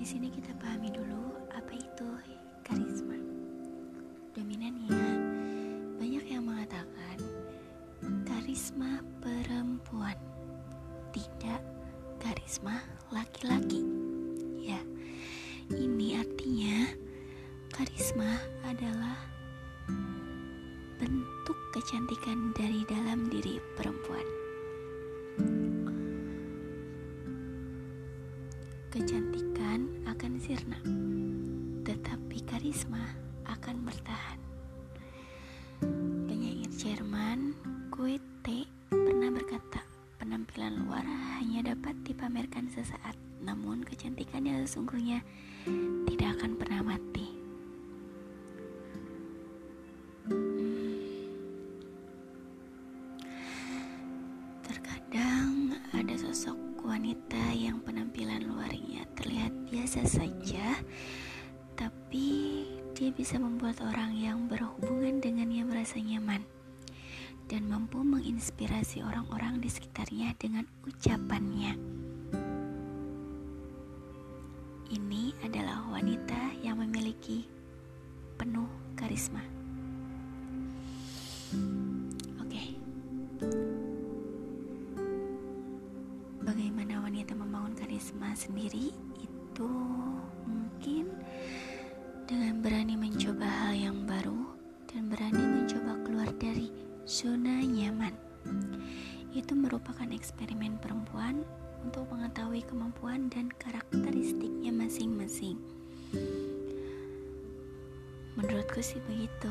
Di sini kita pahami dulu apa itu karisma. Dominannya, banyak yang mengatakan karisma perempuan, tidak karisma laki-laki. Ya, ini artinya karisma adalah bentuk kecantikan dari dalam diri perempuan. Kecantikan akan sirna, tetapi karisma akan bertahan. Penyair Jerman Goethe pernah berkata, penampilan luar hanya dapat dipamerkan sesaat, namun kecantikan yang sesungguhnya tidak akan pernah mati. Terkadang ada sosok wanita yang penampilan luarnya terlihat biasa saja, tapi dia bisa membuat orang yang berhubungan dengannya merasa nyaman dan mampu menginspirasi orang-orang di sekitarnya dengan ucapannya. Ini adalah wanita yang memiliki penuh karisma. Bagaimana wanita membangun karisma sendiri? Itu mungkin dengan berani mencoba hal yang baru dan berani mencoba keluar dari zona nyaman. Itu merupakan eksperimen perempuan untuk mengetahui kemampuan dan karakteristiknya masing-masing. Menurutku sih begitu.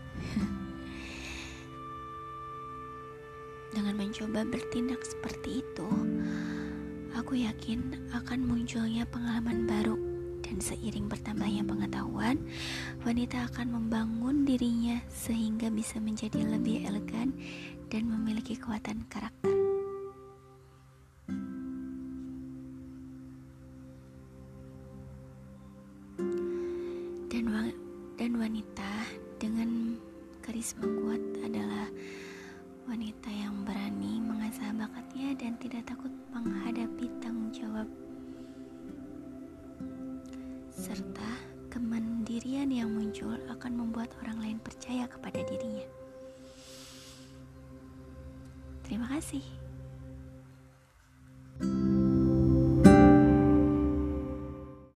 Dengan mencoba bertindak seperti itu, aku yakin akan munculnya pengalaman baru, dan seiring bertambahnya pengetahuan, wanita akan membangun dirinya sehingga bisa menjadi lebih elegan dan memiliki kekuatan karakter.